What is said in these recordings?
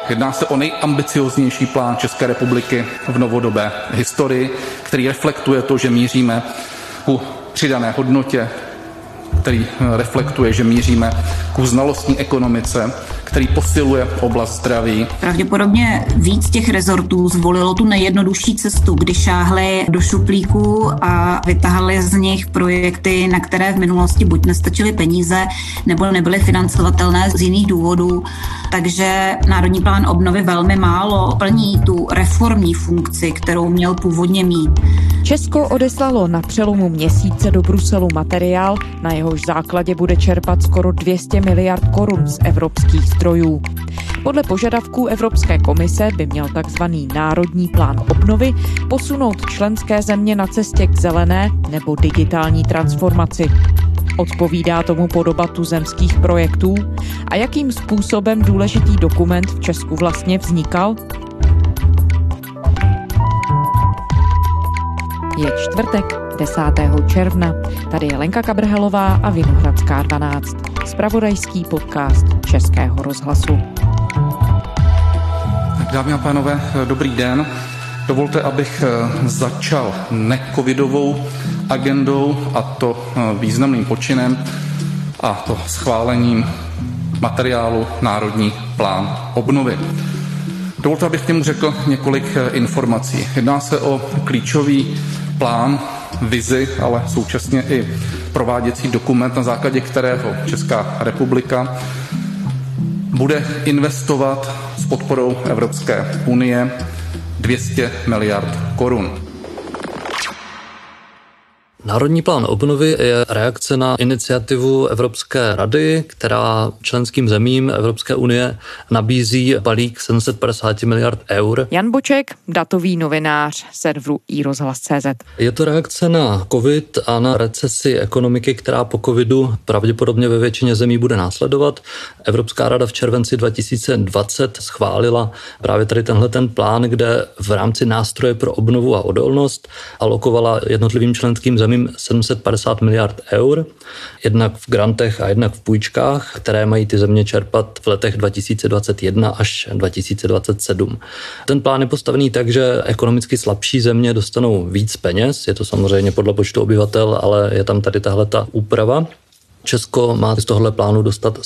Jedná se o nejambicioznější plán České republiky v novodobé historii, který reflektuje to, že míříme ku přidané hodnotě, který reflektuje, že míříme ku znalostní ekonomice, který posiluje oblast zdraví. Pravděpodobně víc těch rezortů zvolilo tu nejjednodušší cestu, kdy šáhli do šuplíku a vytahali z nich projekty, na které v minulosti buď nestačily peníze, nebo nebyly financovatelné z jiných důvodů. Takže Národní plán obnovy velmi málo plní tu reformní funkci, kterou měl původně mít. Česko odeslalo na přelomu měsíce do Bruselu materiál, na jehož základě bude čerpat skoro 200 miliard korun z evropských zdrojů. Podle požadavků Evropské komise by měl takzvaný Národní plán obnovy posunout členské země na cestě k zelené nebo digitální transformaci. Odpovídá tomu podoba tuzemských projektů? A jakým způsobem důležitý dokument v Česku vlastně vznikal? Je čtvrtek, 10. června. Tady je Lenka Kabrhelová a Vinohradská 12. Zpravodajský podcast Českého rozhlasu. Dámy a pánové, dobrý den. Dovolte, abych začal necovidovou agendou, a to významným počinem, a to schválením materiálu Národní plán obnovy. Dovolte, abych k němu řekl několik informací. Jedná se o klíčový plán, vizi, ale současně i prováděcí dokument, na základě kterého Česká republika bude investovat s podporou Evropské unie 200 miliard korun. Národní plán obnovy je reakce na iniciativu Evropské rady, která členským zemím Evropské unie nabízí balík 750 miliard eur. Jan Boček, datový novinář serveru iRozhlas.cz. Je to reakce na covid a na recesi ekonomiky, která po covidu pravděpodobně ve většině zemí bude následovat. Evropská rada v červenci 2020 schválila právě tady ten plán, kde v rámci nástroje pro obnovu a odolnost alokovala jednotlivým členským zemím 750 miliard eur, jednak v grantech a jednak v půjčkách, které mají ty země čerpat v letech 2021 až 2027. Ten plán je postavený tak, že ekonomicky slabší země dostanou víc peněz, je to samozřejmě podle počtu obyvatel, ale je tam tady tahleta úprava. Česko má z tohohle plánu dostat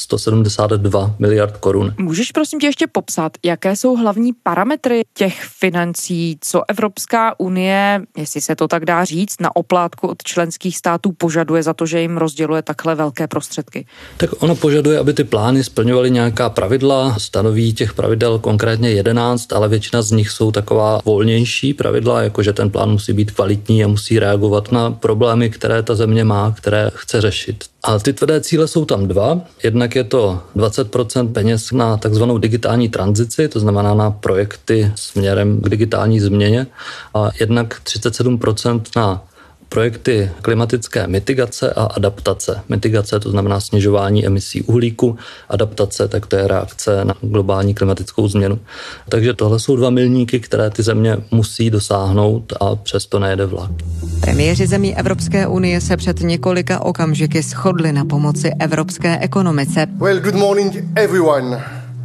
172 miliard korun. Můžeš prosím tě ještě popsat, jaké jsou hlavní parametry těch financí, co Evropská unie, jestli se to tak dá říct, na oplátku od členských států požaduje za to, že jim rozděluje takhle velké prostředky? Tak ona požaduje, aby ty plány splňovaly nějaká pravidla, stanoví těch pravidel konkrétně 11, ale většina z nich jsou taková volnější pravidla, jakože ten plán musí být kvalitní a musí reagovat na problémy, které ta země má, které chce řešit. A ty tvrdé cíle jsou tam dva. Jednak je to 20% peněz na takzvanou digitální tranzici, to znamená na projekty směrem k digitální změně, a jednak 37% na projekty klimatické mitigace a adaptace. Mitigace, to znamená snižování emisí uhlíku, adaptace, tak to je reakce na globální klimatickou změnu. Takže tohle jsou dva milníky, které ty země musí dosáhnout a přesto nejede vlak. Premiéři zemí Evropské unie se před několika okamžiky shodli na pomoci evropské ekonomice. Well, good morning everyone.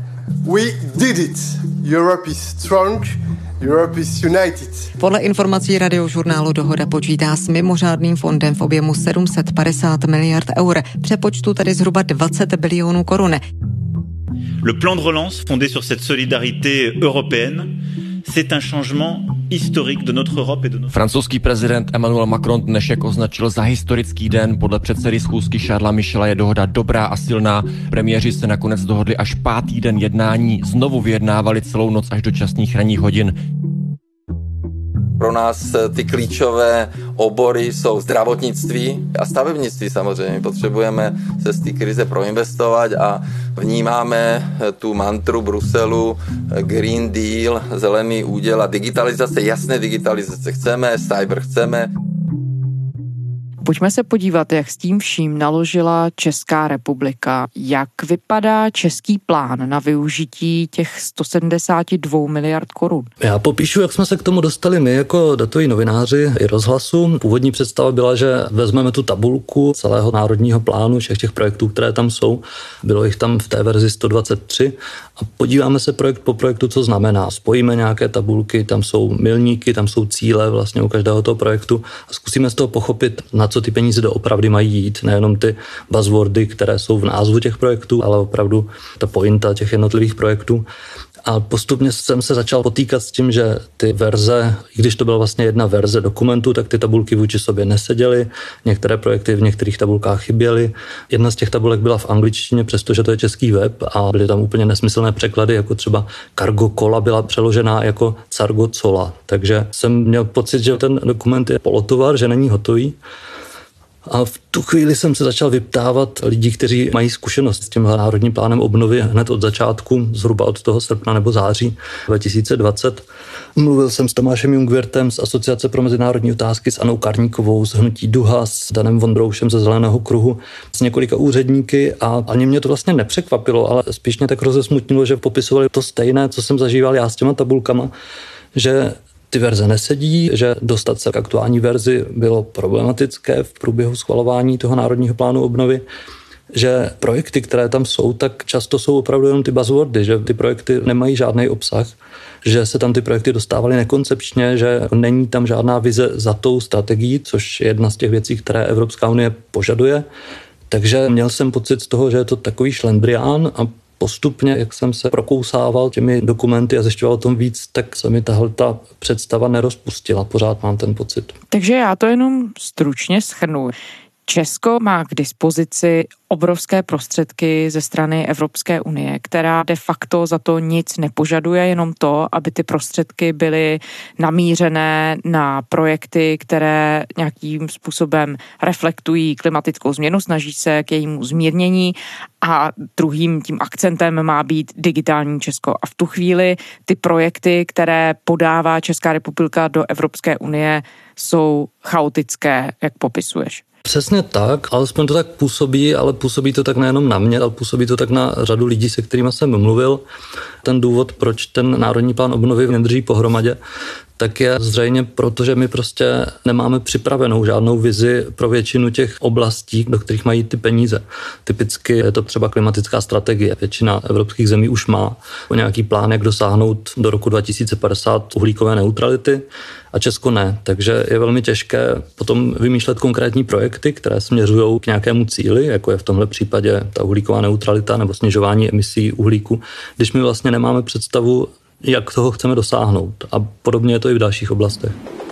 We did it. Europe is strong. Europe is united. Podle informací Radiožurnálu Dohoda počítá s mimořádným fondem v objemu 750 miliard eur, přepočtu tedy zhruba 20 bilionů korun. Le plan de relance fondé sur cette solidarité européenne, c'est un changement historique de notre Europe et de notre... Francouzský prezident Emmanuel Macron dnešek označil za historický den. Podle předsedy schůzky Charlesa Michela je dohoda dobrá a silná. Premiéři se nakonec dohodli až 5. den jednání. Znovu vyjednávali celou noc až do časných ranních hodin. Pro nás ty klíčové obory jsou zdravotnictví a stavebnictví samozřejmě. Potřebujeme se z té krize proinvestovat a vnímáme tu mantru Bruselu Green Deal, zelený úděl a digitalizace, jasné digitalizace chceme, cyber chceme. Pojďme se podívat, jak s tím vším naložila Česká republika. Jak vypadá český plán na využití těch 172 miliard korun? Já popíšu, jak jsme se k tomu dostali my jako datoví novináři i Rozhlasu. Původní představa byla, že vezmeme tu tabulku celého národního plánu, všech těch projektů, které tam jsou. Bylo jich tam v té verzi 123 a podíváme se projekt po projektu, co znamená. Spojíme nějaké tabulky, tam jsou milníky, tam jsou cíle vlastně u každého toho projektu a zkusíme z toho pochopit, na co ty peníze doopravdy mají jít. Nejenom ty buzzwordy, které jsou v názvu těch projektů, ale opravdu ta pointa těch jednotlivých projektů. A postupně jsem se začal potýkat s tím, že ty verze, i když to byla vlastně jedna verze dokumentu, tak ty tabulky vůči sobě neseděly. Některé projekty v některých tabulkách chyběly. Jedna z těch tabulek byla v angličtině, přestože to je český web a byly tam úplně nesmyslné překlady, jako třeba cargo cola byla přeložená jako cargo cola. Takže jsem měl pocit, že ten dokument je polotovar, že není hotový. A v tu chvíli jsem se začal vyptávat lidí, kteří mají zkušenost s tímhle národním plánem obnovy hned od začátku, zhruba od toho srpna nebo září 2020. Mluvil jsem s Tomášem Jungwirtem z Asociace pro mezinárodní otázky, s Anou Karníkovou z Hnutí Duha, s Danem Vondroušem ze Zeleného kruhu, s několika úředníky a ani mě to vlastně nepřekvapilo, ale spíš mě tak rozesmutnilo, že popisovali to stejné, co jsem zažíval já s těma tabulkama, že ty verze nesedí, že dostat se k aktuální verzi bylo problematické v průběhu schvalování toho národního plánu obnovy, že projekty, které tam jsou, tak často jsou opravdu jenom ty buzzwordy, že ty projekty nemají žádný obsah, že se tam ty projekty dostávaly nekoncepčně, že není tam žádná vize za tou strategií, což je jedna z těch věcí, které Evropská unie požaduje. Takže měl jsem pocit z toho, že je to takový šlendrián a postupně, jak jsem se prokousával těmi dokumenty a zjišťoval o tom víc, tak se mi tahle ta představa nerozpustila. Pořád mám ten pocit. Takže já to jenom stručně shrnu. Česko má k dispozici obrovské prostředky ze strany Evropské unie, která de facto za to nic nepožaduje, jenom to, aby ty prostředky byly namířené na projekty, které nějakým způsobem reflektují klimatickou změnu, snaží se k jejímu zmírnění a druhým tím akcentem má být digitální Česko. A v tu chvíli ty projekty, které podává Česká republika do Evropské unie, jsou chaotické, jak popisuješ. Přesně tak, alespoň to tak působí, ale působí to tak nejenom na mě, ale působí to tak na řadu lidí, se kterými jsem mluvil. Ten důvod, proč ten národní plán obnovy nedrží pohromadě, tak je zřejmě proto, že my prostě nemáme připravenou žádnou vizi pro většinu těch oblastí, do kterých mají ty peníze. Typicky je to třeba klimatická strategie. Většina evropských zemí už má nějaký plán, jak dosáhnout do roku 2050 uhlíkové neutrality a Česko ne. Takže je velmi těžké potom vymýšlet konkrétní projekty, které směřují k nějakému cíli, jako je v tomhle případě ta uhlíková neutralita nebo snižování emisí uhlíku, když my vlastně nemáme představu, jak toho chceme dosáhnout. A podobně je to i v dalších oblastech.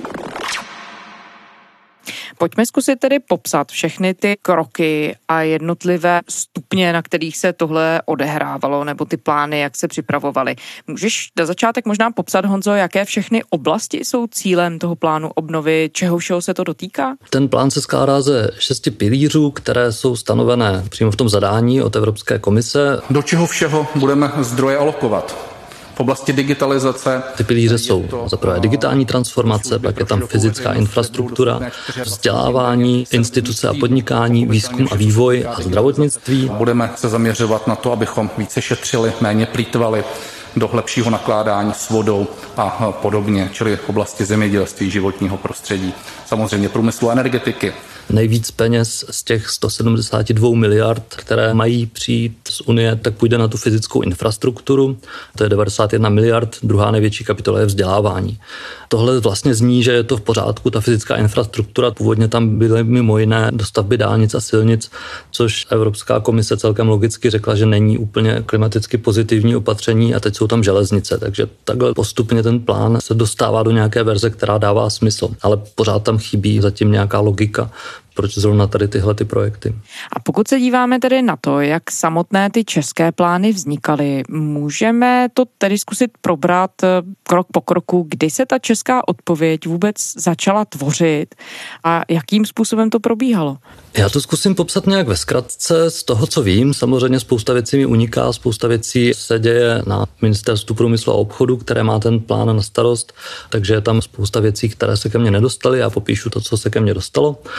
Pojďme zkusit tedy popsat všechny ty kroky a jednotlivé stupně, na kterých se tohle odehrávalo, nebo ty plány, jak se připravovaly. Můžeš na začátek možná popsat, Honzo, jaké všechny oblasti jsou cílem toho plánu obnovy, čeho všeho se to dotýká? Ten plán se skládá ze 6 pilířů, které jsou stanovené přímo v tom zadání od Evropské komise. Do čeho všeho budeme zdroje alokovat? V oblasti digitalizace. Ty pilíře jsou za prvé digitální transformace, pak je tam fyzická infrastruktura, vzdělávání, instituce a podnikání, výzkum a vývoj a zdravotnictví. Budeme se zaměřovat na to, abychom více šetřili, méně plýtvali, do lepšího nakládání s vodou a podobně, čili v oblasti zemědělství, životního prostředí, samozřejmě průmyslu a energetiky. Nejvíc peněz z těch 172 miliard, které mají přijít z Unie, tak půjde na tu fyzickou infrastrukturu. To je 91 miliard, druhá největší kapitola je vzdělávání. Tohle vlastně zní, že je to v pořádku, ta fyzická infrastruktura. Původně tam byly mimo jiné dostavby dálnic a silnic, což Evropská komise celkem logicky řekla, že není úplně klimaticky pozitivní opatření a teď jsou tam železnice. Takže takhle postupně ten plán se dostává do nějaké verze, která dává smysl, ale pořád tam chybí zatím nějaká logika, proč zrovna tady tyhle ty projekty. A pokud se díváme tedy na to, jak samotné ty české plány vznikaly, můžeme to tedy zkusit probrat krok po kroku, kdy se ta česká odpověď vůbec začala tvořit a jakým způsobem to probíhalo? Já to zkusím popsat nějak ve zkratce z toho, co vím. Samozřejmě spousta věcí mi uniká, spousta věcí se děje na Ministerstvu průmyslu a obchodu, které má ten plán na starost, takže je tam spousta věcí, které se ke mně nedostaly. Já popíšu to, co se ke mně dostalo. V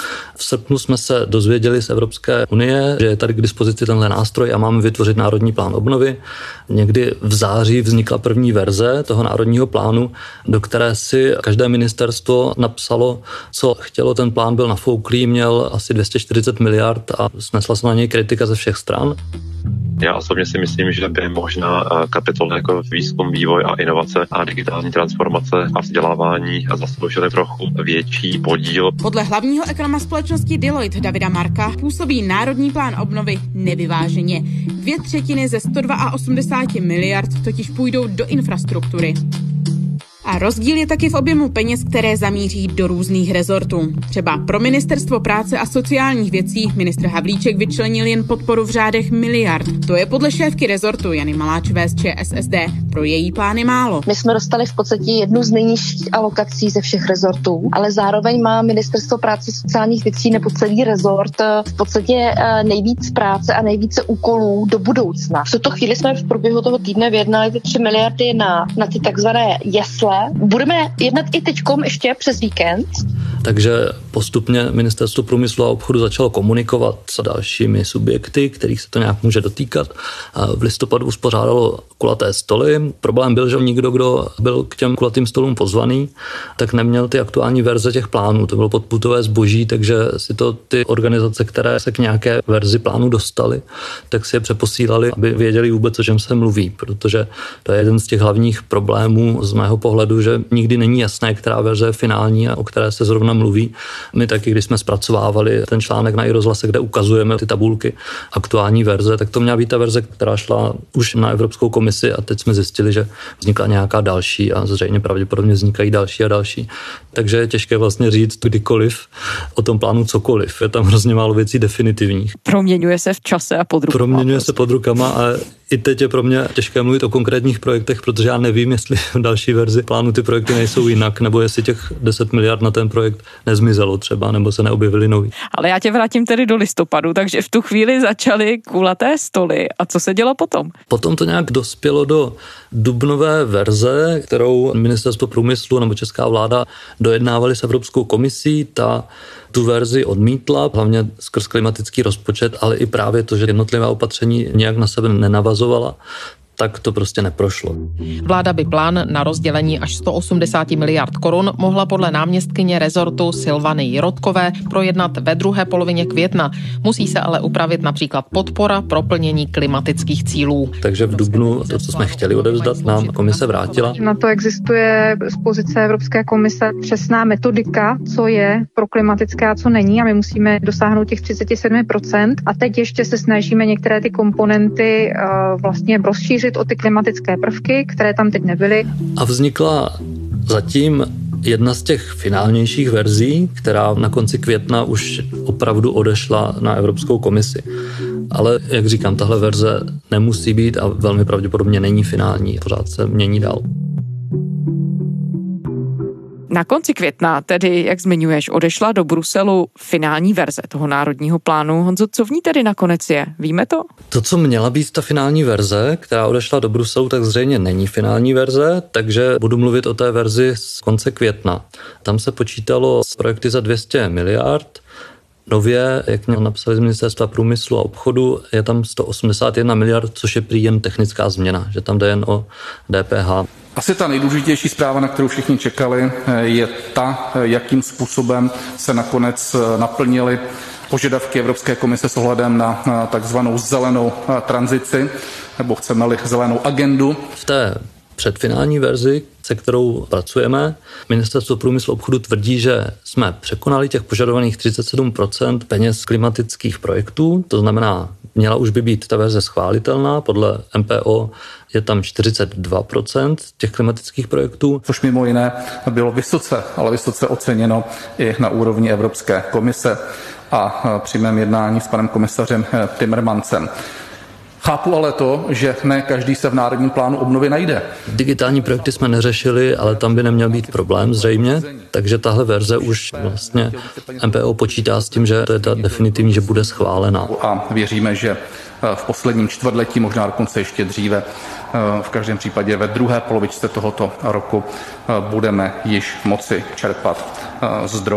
srpnu jsme se dozvěděli z Evropské unie, že je tady k dispozici tenhle nástroj a máme vytvořit národní plán obnovy. Někdy v září vznikla první verze toho národního plánu, do které si každé ministerstvo napsalo, co chtělo. Ten plán byl nafouklý, měl asi 240 miliard a snesla se na něj kritika ze všech stran. Já osobně si myslím, že by možná kapitoly jako výzkum, vývoj a inovace a digitální transformace a vzdělávání zasloužily trochu větší podíl. Podle hlavního ekonoma společnosti Deloitte Davida Marka působí národní plán obnovy nevyváženě. 2/3 ze 182 miliard totiž půjdou do infrastruktury. A rozdíl je taky v objemu peněz, které zamíří do různých rezortů. Třeba pro Ministerstvo práce a sociálních věcí ministr Havlíček vyčlenil jen podporu v řádech miliard. To je podle šéfky rezortu Jany Maláčové z ČSSD pro její plány málo. My jsme dostali v podstatě jednu z nejnižších alokací ze všech rezortů, ale zároveň má Ministerstvo práce a sociálních věcí nebo celý rezort v podstatě nejvíc práce a nejvíce úkolů do budoucna. V tuto chvíli jsme v průběhu toho týdne vyjednali ty 3 miliardy na ty takzvané jesle. Budeme jednat i teďkom ještě přes víkend. Takže postupně Ministerstvo průmyslu a obchodu začalo komunikovat s dalšími subjekty, kterých se to nějak může dotýkat. V listopadu uspořádalo kulaté stoly. Problém byl, že nikdo, kdo byl k těm kulatým stolům pozvaný, tak neměl ty aktuální verze těch plánů. To bylo podputové zboží, takže si to ty organizace, které se k nějaké verzi plánu dostaly, tak si je přeposílali, aby věděli vůbec, o čem se mluví, protože to je jeden z těch hlavních problémů z mého pohledu, že nikdy není jasné, která verze je finální a o které se zrovna mluví. My taky, když jsme zpracovávali ten článek na iRozhlase, kde ukazujeme ty tabulky aktuální verze, tak to měla být ta verze, která šla už na Evropskou komisi a teď jsme zjistili, že vznikla nějaká další a zřejmě pravděpodobně vznikají další a další. Takže je těžké vlastně říct kdykoliv o tom plánu cokoliv. Je tam hrozně málo věcí definitivních. Proměňuje se v čase a pod rukama. Proměňuje se pod rukama a i teď je pro mě těžké mluvit o konkrétních projektech, protože já nevím, jestli v další verzi plánu ty projekty nejsou jinak, nebo jestli těch 10 miliard na ten projekt nezmizelo třeba, nebo se neobjevily nový. Ale já tě vrátím tedy do listopadu, takže v tu chvíli začaly kulaté stoly. A co se dělo potom? Potom to nějak dospělo do dubnové verze, kterou Ministerstvo průmyslu nebo česká vláda dojednávali s Evropskou komisí. Ta tu verzi odmítla, hlavně skrz klimatický rozpočet, ale i právě to, že jednotlivá opatření nějak na sebe nenavazovala, tak to prostě neprošlo. Vláda by plán na rozdělení až 180 miliard korun mohla podle náměstkyně rezortu Silvany Jirotkové projednat ve druhé polovině května. Musí se ale upravit například podpora pro plnění klimatických cílů. Takže v dubnu to, co jsme chtěli odevzdat, nám komise vrátila. Na to existuje z pozice Evropské komise přesná metodika, co je pro klimatické a co není, a my musíme dosáhnout těch 37%. A teď ještě se snažíme některé ty komponenty vlastně rozšířit o ty klimatické prvky, které tam teď nebyly. A vznikla zatím jedna z těch finálnějších verzí, která na konci května už opravdu odešla na Evropskou komisi. Ale, jak říkám, tahle verze nemusí být a velmi pravděpodobně není finální. Pořád se mění dál. Na konci května, tedy, jak zmiňuješ, odešla do Bruselu finální verze toho národního plánu. Honzo, co v ní tedy nakonec je? Víme to? To, co měla být ta finální verze, která odešla do Bruselu, tak zřejmě není finální verze, takže budu mluvit o té verzi z konce května. Tam se počítalo s projekty za 200 miliard. Nově, jak mě napsali z Ministerstva průmyslu a obchodu, je tam 181 miliard, což je prý jen technická změna, že tam jde jen o DPH. Asi ta nejdůležitější zpráva, na kterou všichni čekali, je ta, jakým způsobem se nakonec naplnily požadavky Evropské komise s ohledem na takzvanou zelenou tranzici, nebo chceme-li zelenou agendu. V té předfinální verzi, se kterou pracujeme, Ministerstvo průmyslu a obchodu tvrdí, že jsme překonali těch požadovaných 37% peněz klimatických projektů, to znamená, měla už by být ta verze schválitelná, podle MPO je tam 42% těch klimatických projektů. Což mimo jiné bylo vysoce oceněno i na úrovni Evropské komise a při mém jednání s panem komisařem Timmermansem. Chápu ale to, že ne každý se v Národním plánu obnovy najde. Digitální projekty jsme neřešili, ale tam by neměl být problém zřejmě, takže tahle verze už vlastně MPO počítá s tím, že to je ta definitivní, že bude schválena. A věříme, že v posledním čtvrtletí, možná dokonce ještě dříve, v každém případě ve druhé polovičce tohoto roku budeme již moci čerpat zdroje.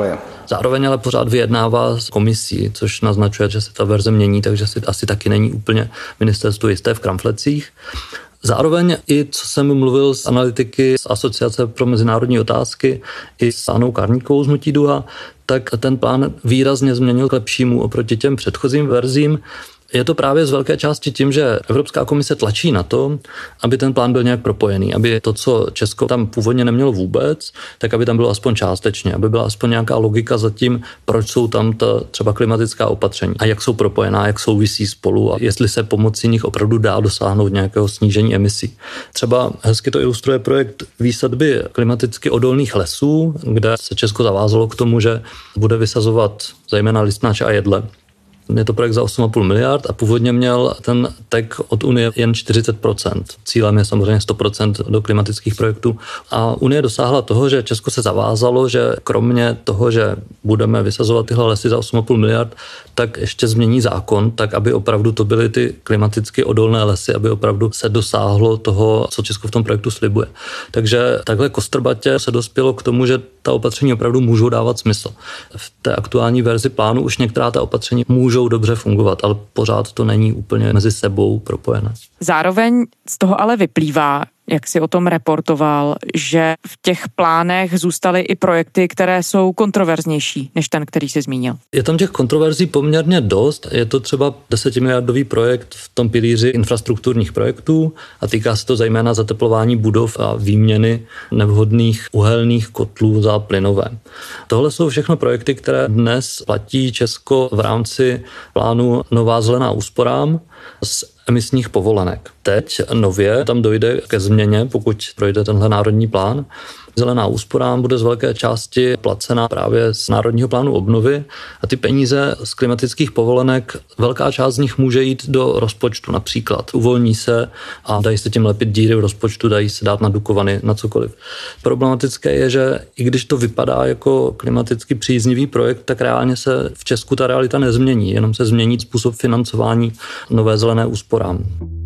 Zároveň ale pořád vyjednává s komisí, což naznačuje, že se ta verze mění, takže asi taky není úplně ministerstvo jisté v kramflecích. Zároveň i, co jsem mluvil s analytiky z Asociace pro mezinárodní otázky i s Anou Karníkovou z Hnutí Duha, tak ten plán výrazně změnil k lepšímu oproti těm předchozím verzím. Je to právě z velké části tím, že Evropská komise tlačí na to, aby ten plán byl nějak propojený, aby to, co Česko tam původně nemělo vůbec, tak aby tam bylo aspoň částečně, aby byla aspoň nějaká logika za tím, proč jsou tam ta třeba klimatická opatření a jak jsou propojená, jak souvisí spolu a jestli se pomocí nich opravdu dá dosáhnout nějakého snížení emisí. Třeba hezky to ilustruje projekt výsadby klimaticky odolných lesů, kde se Česko zavázalo k tomu, že bude vysazovat zejména listnáče a jedle. Je to projekt za 8,5 miliard a původně měl ten TEK od Unie jen 40%. Cílem je samozřejmě 100% do klimatických projektů. A Unie dosáhla toho, že Česko se zavázalo, že kromě toho, že budeme vysazovat tyhle lesy za 8,5 miliard, tak ještě změní zákon, tak aby opravdu to byly ty klimaticky odolné lesy, aby opravdu se dosáhlo toho, co Česko v tom projektu slibuje. Takže takhle kostrbatě se dospělo k tomu, že ta opatření opravdu můžou dávat smysl. V té aktuální verzi plánu už některá ta opatření můžou dobře fungovat, ale pořád to není úplně mezi sebou propojené. Zároveň z toho ale vyplývá, jak si o tom reportoval, že v těch plánech zůstaly i projekty, které jsou kontroverznější než ten, který jsi zmínil. Je tam těch kontroverzí poměrně dost. Je to třeba 10miliardový projekt v tom pilíři infrastrukturních projektů a týká se to zejména zateplování budov a výměny nevhodných uhelných kotlů za plynové. Tohle jsou všechno projekty, které dnes platí Česko v rámci plánu Nová zelená úsporám s emisních povolenek. Teď nově tam dojde ke změně, pokud projde tenhle národní plán. Zelená úsporám bude z velké části placena právě z Národního plánu obnovy a ty peníze z klimatických povolenek, velká část z nich může jít do rozpočtu například. Uvolní se a dají se tím lepit díry v rozpočtu, dají se dát na Dukovany, na cokoliv. Problematické je, že i když to vypadá jako klimaticky příznivý projekt, tak reálně se v Česku ta realita nezmění, jenom se změní způsob financování Nové zelené úsporám.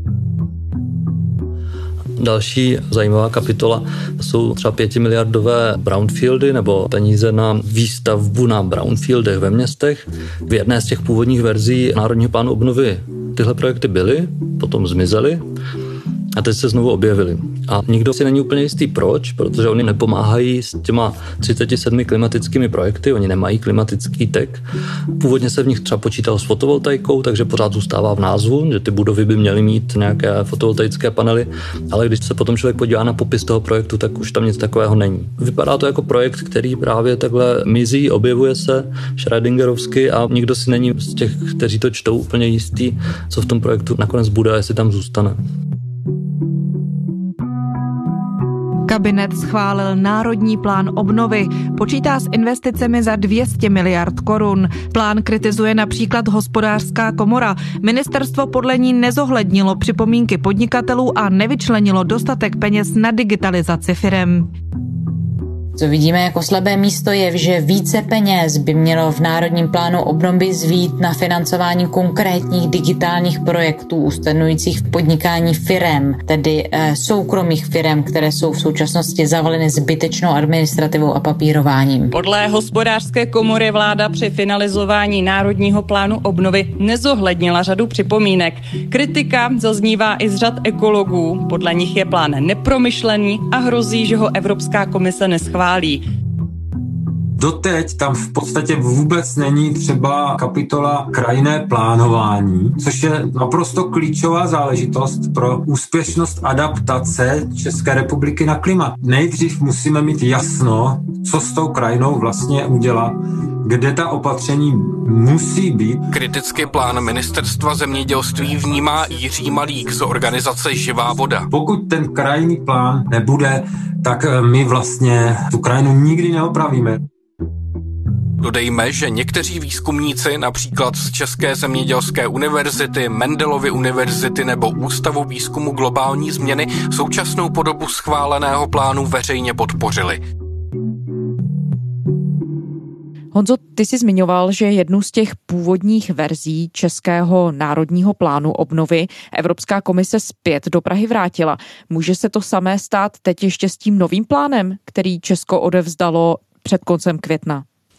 Další zajímavá kapitola jsou třeba 5miliardové brownfieldy nebo peníze na výstavbu na brownfieldech ve městech. V jedné z těch původních verzí Národního plánu obnovy tyhle projekty byly, potom zmizely a teď se znovu objevily. A nikdo si není úplně jistý proč, protože oni nepomáhají s těma 37 klimatickými projekty, oni nemají klimatický TEK. Původně se v nich třeba počítalo s fotovoltaikou, takže pořád zůstává v názvu, že ty budovy by měly mít nějaké fotovoltaické panely, ale když se potom člověk podívá na popis toho projektu, tak už tam nic takového není. Vypadá to jako projekt, který právě takhle mizí, objevuje se Schrödingerovsky a nikdo si není z těch, kteří to čtou, úplně jistý, co v tom projektu nakonec bude a jestli tam zůstane. Kabinet schválil Národní plán obnovy. Počítá s investicemi za 200 miliard korun. Plán kritizuje například Hospodářská komora. Ministerstvo podle ní nezohlednilo připomínky podnikatelů a nevyčlenilo dostatek peněz na digitalizaci firem. Co vidíme jako slabé místo je, že více peněz by mělo v Národním plánu obnovy zvít na financování konkrétních digitálních projektů usnadňujících v podnikání firem, tedy soukromých firem, které jsou v současnosti zavaleny zbytečnou administrativou a papírováním. Podle Hospodářské komory vláda při finalizování Národního plánu obnovy nezohlednila řadu připomínek. Kritika zaznívá i z řad ekologů. Podle nich je plán nepromyšlený a hrozí, že ho Evropská komise neschválí. Doteď tam v podstatě vůbec není třeba kapitola krajinné plánování, což je naprosto klíčová záležitost pro úspěšnost adaptace České republiky na klima. Nejdřív musíme mít jasno, co s tou krajinou vlastně udělat, kde ta opatření musí být. Kritický plán Ministerstva zemědělství vnímá Jiří Malík z organizace Živá voda. Pokud ten krajinný plán nebude, tak my vlastně tu krajinu nikdy neopravíme. Dodejme, že někteří výzkumníci, například z České zemědělské univerzity, Mendelovy univerzity nebo Ústavu výzkumu globální změny, současnou podobu schváleného plánu veřejně podpořili. Honzo, ty jsi zmiňoval, že jednu z těch původních verzí Českého národního plánu obnovy Evropská komise zpět do Prahy vrátila. Může se to samé stát teď ještě s tím novým plánem, který Česko odevzdalo před koncem května?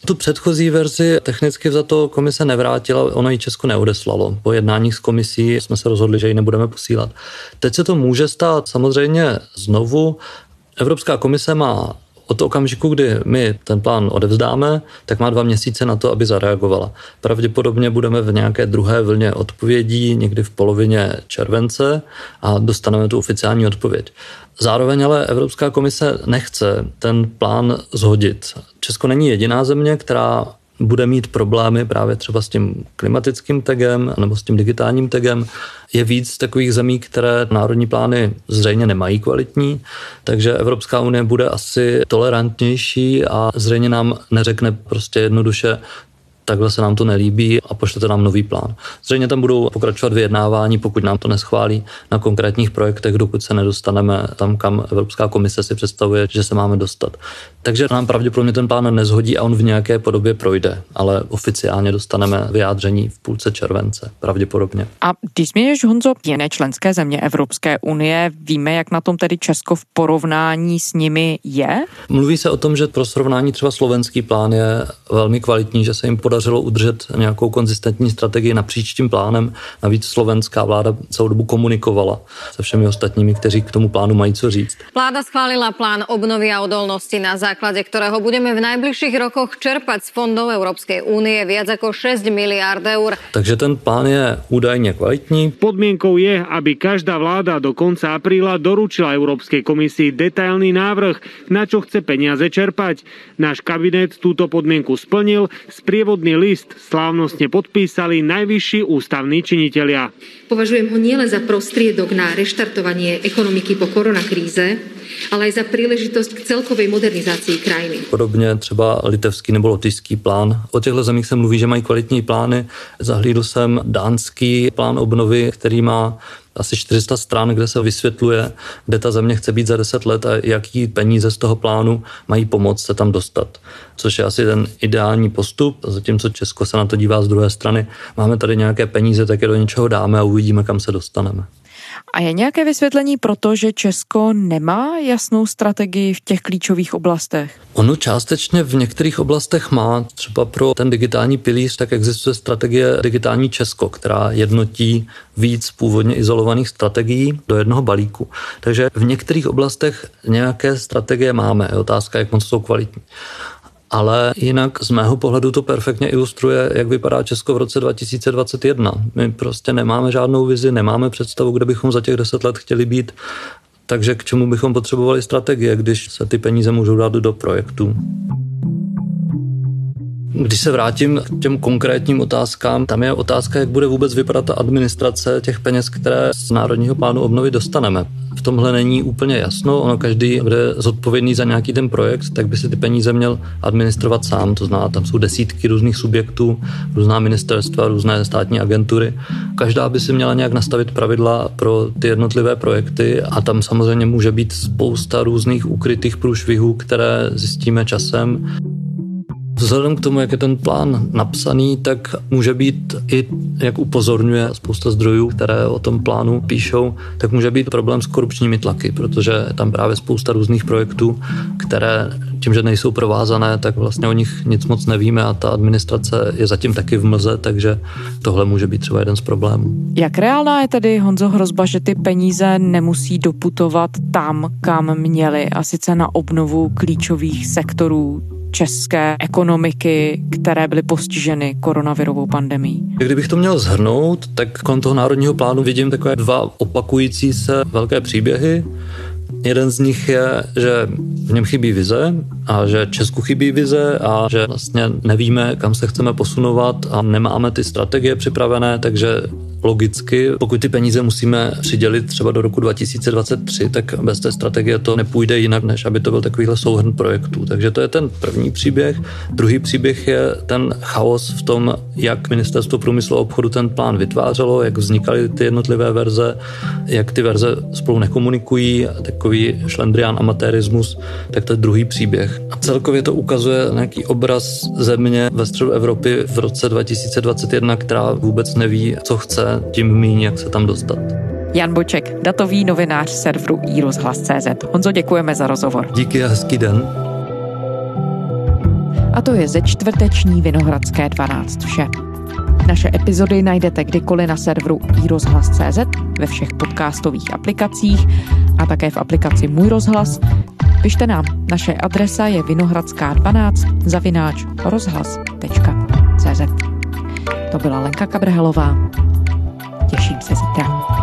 Tu předchozí verzi technicky za to komise nevrátila, ono ji Česko neodeslalo. Po jednáních s komisí jsme se rozhodli, že ji nebudeme posílat. Teď se to může stát samozřejmě znovu. Evropská komise má od okamžiku, kdy my ten plán odevzdáme, tak má 2 měsíce na to, aby zareagovala. Pravděpodobně budeme v nějaké druhé vlně odpovědí, někdy v polovině července a dostaneme tu oficiální odpověď. Zároveň ale Evropská komise nechce ten plán shodit. Česko není jediná země, která bude mít problémy právě třeba s tím klimatickým tagem nebo s tím digitálním tagem. Je víc takových zemí, které národní plány zřejmě nemají kvalitní, takže Evropská unie bude asi tolerantnější a zřejmě nám neřekne prostě jednoduše, takhle se nám to nelíbí a pošlete nám nový plán. Zřejmě tam budou pokračovat vyjednávání, pokud nám to neschválí na konkrétních projektech, dokud se nedostaneme tam, kam Evropská komise si představuje, že se máme dostat. Takže nám pravděpodobně ten plán nezhodí a on v nějaké podobě projde, ale oficiálně dostaneme vyjádření v půlce července, pravděpodobně. A když zmíníš, Honzo, jiné členské země Evropské unie, víme, jak na tom tedy Česko v porovnání s nimi je? Mluví se o tom, že pro srovnání třeba slovenský plán je velmi kvalitní, že se jim podařilo udržet nějakou konzistentní strategii napříč tím plánem. Navíc slovenská vláda celou dobu komunikovala se všemi ostatními, kteří k tomu plánu mají co říct. Vláda schválila plán obnovy a odolnosti, na základe ktorého budeme v najbližších rokoch čerpať z fondov Európskej únie viac ako 6 miliárd eur. Takže ten plán je údajně kvalitní. Podmienkou je, aby každá vláda do konca apríla doručila Európskej komisii detailný návrh, na čo chce peniaze čerpať. Náš kabinet túto podmienku splnil, sprievodný list slávnostne podpísali najvyšší ústavní činitelia. Považujem ho nielen za prostriedok na reštartovanie ekonomiky po koronakríze, ale aj za príležitosť k celkovej modernizácii krajiny. Podobně třeba litevský nebo lotyšský plán. O těchto zemích se mluví, že mají kvalitní plány. Zahlídl jsem dánský plán obnovy, který má asi 400 stran, kde se vysvětluje, kde ta země chce být za 10 let a jaký peníze z toho plánu mají pomoct se tam dostat. Což je asi ten ideální postup, zatímco Česko se na to dívá z druhé strany. Máme tady nějaké peníze, tak je do něčeho dáme a uvidíme, kam se dostaneme. A je nějaké vysvětlení pro to, že Česko nemá jasnou strategii v těch klíčových oblastech? Ono částečně v některých oblastech má. Třeba pro ten digitální pilíř tak existuje strategie Digitální Česko, která jednotí víc původně izolovaných strategií do jednoho balíku. Takže v některých oblastech nějaké strategie máme. Je otázka, jak moc jsou kvalitní. Ale jinak z mého pohledu to perfektně ilustruje, jak vypadá Česko v roce 2021. My prostě nemáme žádnou vizi, nemáme představu, kde bychom za těch 10 let chtěli být. Takže k čemu bychom potřebovali strategie, když se ty peníze můžou dát do projektů. Když se vrátím k těm konkrétním otázkám, tam je otázka, jak bude vůbec vypadat ta administrace těch peněz, které z Národního plánu obnovy dostaneme. V tomhle není úplně jasno, ono každý, kdo je zodpovědný za nějaký ten projekt, tak by si ty peníze měl administrovat sám, to znamená, tam jsou desítky různých subjektů, různá ministerstva, různé státní agentury. Každá by si měla nějak nastavit pravidla pro ty jednotlivé projekty a tam samozřejmě může být spousta různých ukrytých průšvihů, které zjistíme časem. Vzhledem k tomu, jak je ten plán napsaný, tak může být i, jak upozorňuje spousta zdrojů, které o tom plánu píšou, tak může být problém s korupčními tlaky, protože tam právě spousta různých projektů, které tím, že nejsou provázané, tak vlastně o nich nic moc nevíme a ta administrace je zatím taky v mlze, takže tohle může být třeba jeden z problémů. Jak reálná je tedy, Honzo, hrozba, že ty peníze nemusí doputovat tam, kam měly, a sice na obnovu klíčových sektorů české ekonomiky, které byly postiženy koronavirovou pandemií? Kdybych to měl shrnout, tak kolem toho národního plánu vidím takové 2 opakující se velké příběhy. Jeden z nich je, že v něm chybí vize a že Česku chybí vize a že vlastně nevíme, kam se chceme posunovat a nemáme ty strategie připravené, takže logicky, pokud ty peníze musíme přidělit třeba do roku 2023, tak bez té strategie to nepůjde jinak, než aby to byl takovýhle souhrn projektů. Takže to je ten první příběh. Druhý příběh je ten chaos v tom, jak Ministerstvo průmyslu a obchodu ten plán vytvářelo, jak vznikaly ty jednotlivé verze, jak ty verze spolu nekomunikují, takový šlendrián, amatérismus, tak to je druhý příběh. A celkově to ukazuje nějaký obraz země ve středu Evropy v roce 2021, která vůbec neví, co chce, tím míň, jak se tam dostat. Jan Boček, datový novinář serveru iRozhlas.cz. Honzo, děkujeme za rozhovor. Díky a hezký den. A to je ze čtvrteční Vinohradské 12 vše. Naše epizody najdete kdykoliv na serveru iRozhlas.cz, ve všech podcastových aplikacích a také v aplikaci Můj rozhlas. Pište nám, naše adresa je vinohradská12@rozhlas.cz. To byla Lenka Kabrhelová. Těším se zítra.